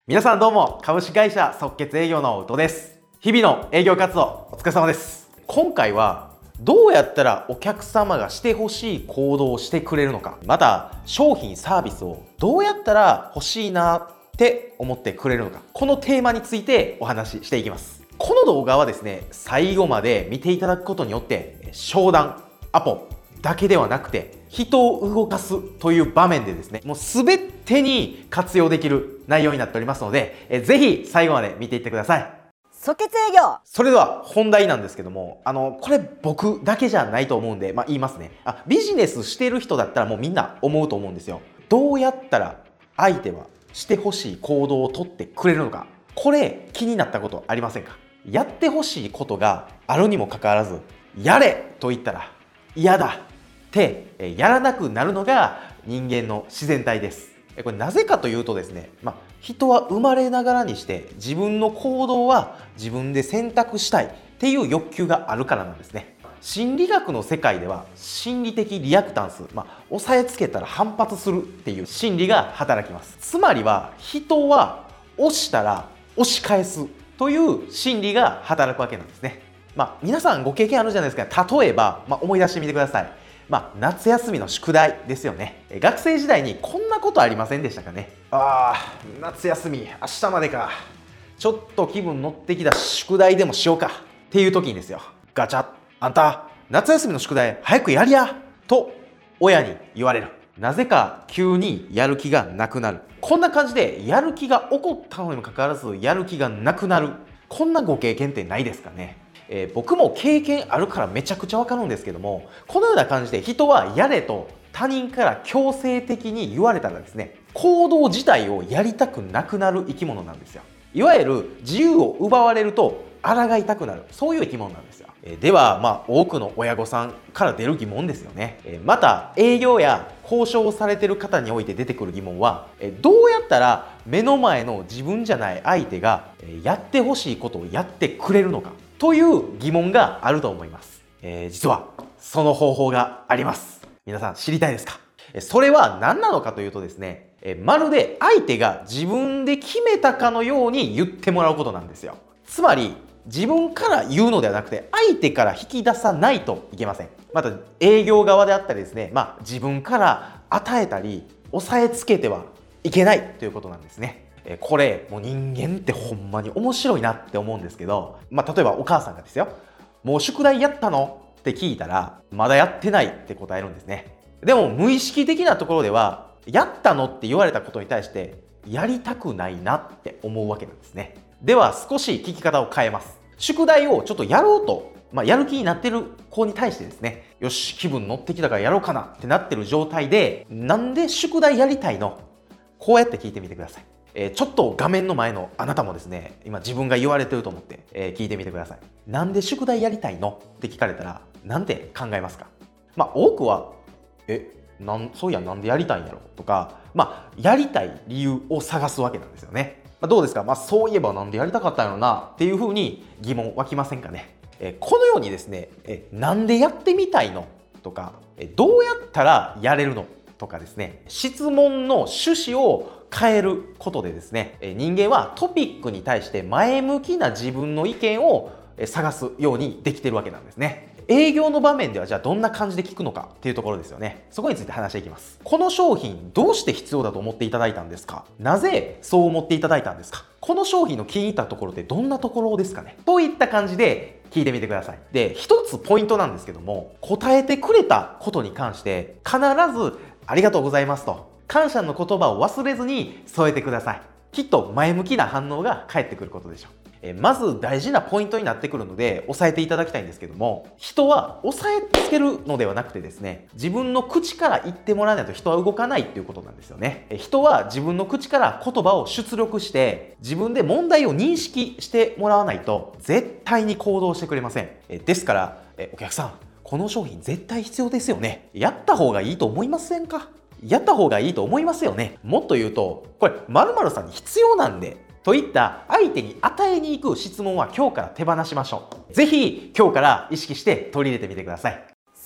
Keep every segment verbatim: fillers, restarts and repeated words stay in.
皆さんどうも、株式会社即決営業の宇都です。日々の営業活動お疲れ様です。今回はどうやったらお客様がしてほしい行動をしてくれるのか、また商品サービスをどうやったら欲しいなって思ってくれるのか、このテーマについてお話ししていきます。この動画はですね、最後まで見ていただくことによって商談、アポだけではなくて人を動かすという場面でですね、もう全てに活用できる内容になっておりますので、えぜひ最後まで見ていってください。 即決営業。 それでは本題なんですけども、あのこれ僕だけじゃないと思うんで、まあ、言いますね。あビジネスしてる人だったらもうみんな思うと思うんですよ。どうやったら相手はしてほしい行動をとってくれるのか、これ気になったことありませんか？やってほしいことがあるにもかかわらず、やれと言ったら嫌だってやらなくなるのが人間の自然体です。これなぜかというとですね、まあ、人は生まれながらにして自分の行動は自分で選択したいっていう欲求があるからなんですね。心理学の世界では心理的リアクタンス、まあ、押さえつけたら反発するっていう心理が働きます。つまりは人は押したら押し返すという心理が働くわけなんですね。まあ、皆さんご経験あるじゃないですか。例えば、まあ、思い出してみてください。まあ、夏休みの宿題ですよね。学生時代にこんなことありませんでしたかね。あー、夏休み明日までか、ちょっと気分乗ってきた宿題でもしようかっていう時にですよ、ガチャッ、あんた夏休みの宿題早くやりやと親に言われる。なぜか急にやる気がなくなる。こんな感じでやる気が起こったのにもかかわらずやる気がなくなる、こんなご経験ってないですかね。えー、僕も経験あるからめちゃくちゃわかるんですけども、このような感じで人はやれと他人から強制的に言われたらですね、行動自体をやりたくなくなる生き物なんですよ。いわゆる自由を奪われると抗いたくなる、そういう生き物なんですよ。えー、ではまあ多くの親御さんから出る疑問ですよね。えー、また営業や交渉をされている方において出てくる疑問は、えー、どうやったら目の前の自分じゃない相手が、えー、やってほしいことをやってくれるのかという疑問があると思います。えー、実はその方法があります。皆さん知りたいですか？それは何なのかというとですね、えまるで相手が自分で決めたかのように言ってもらうことなんですよ。つまり自分から言うのではなくて相手から引き出さないといけません。また営業側であったりですね、まあ、自分から与えたり押さえつけてはいけないということなんですね。これもう人間ってほんまに面白いなって思うんですけど、まあ、例えばお母さんがですよ、もう宿題やったのって聞いたらまだやってないって答えるんですね。でも無意識的なところではやったのって言われたことに対してやりたくないなって思うわけなんですね。では少し聞き方を変えます。宿題をちょっとやろうと、まあ、やる気になってる子に対してですね、よし気分乗ってきたからやろうかなってなってる状態で、なんで宿題やりたいの？こうやって聞いてみてください。えー、ちょっと画面の前のあなたもですね、今自分が言われてると思って、えー、聞いてみてください。なんで宿題やりたいのって聞かれたらなんて考えますか？まあ多くはえなんそういやなんでやりたいんやろとか、まあやりたい理由を探すわけなんですよね。まあ、どうですか？まあそういえばなんでやりたかったんやろなっていうふうに疑問湧きませんかね。えー、このようにですね、えなんでやってみたいのとか、えどうやったらやれるのとかですね、質問の趣旨を変えることでですね、人間はトピックに対して前向きな自分の意見を探すようにできてるわけなんですね。営業の場面ではじゃあどんな感じで聞くのかっていうところですよね。そこについて話していきます。この商品どうして必要だと思っていただいたんですか？なぜそう思っていただいたんですか？この商品の気に入ったところってどんなところですかね？といった感じで聞いてみてください。で、一つポイントなんですけども、答えてくれたことに関して必ずありがとうございますと感謝の言葉を忘れずに添えてください。きっと前向きな反応が返ってくることでしょう。えまず大事なポイントになってくるので押さえていただきたいんですけども、人は押さえつけるのではなくてですね、自分の口から言ってもらわないと人は動かないっていうことなんですよね。え人は自分の口から言葉を出力して自分で問題を認識してもらわないと絶対に行動してくれません。えですからえお客さん、この商品絶対必要ですよね。やった方がいいと思いませんか？やった方がいいと思いますよね。もっと言うと、これ〇〇さんに必要なんでといった相手に与えに行く質問は今日から手放しましょう。ぜひ今日から意識して取り入れてみてください。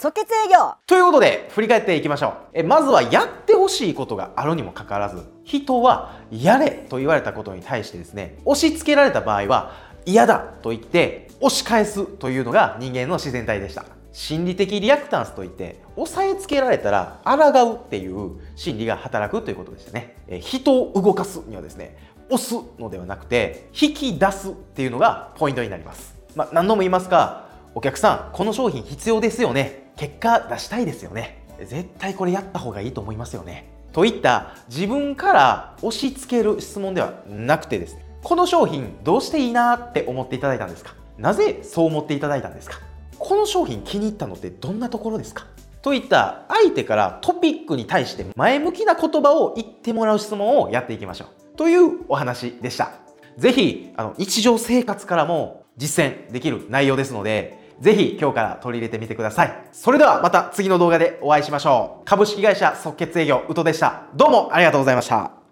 即決営業。 ということで振り返っていきましょう。えまずはやってほしいことがあるにもかかわらず、人はやれと言われたことに対してですね、押し付けられた場合は嫌だと言って押し返すというのが人間の自然体でした。心理的リアクタンスといって、押さえつけられたら抗うっていう心理が働くということでしたね。え人を動かすにはですね、押すのではなくて引き出すっていうのがポイントになります。まあ、何度も言いますが、お客さんこの商品必要ですよね、結果出したいですよね、絶対これやった方がいいと思いますよね、といった自分から押し付ける質問ではなくてですね、この商品どうしていいなって思っていただいたんですか、なぜそう思っていただいたんですか、この商品気に入ったのってどんなところですか、といった相手からトピックに対して前向きな言葉を言ってもらう質問をやっていきましょうというお話でした。ぜひあの日常生活からも実践できる内容ですので、ぜひ今日から取り入れてみてください。それではまた次の動画でお会いしましょう。株式会社即決営業宇都でした。どうもありがとうございました。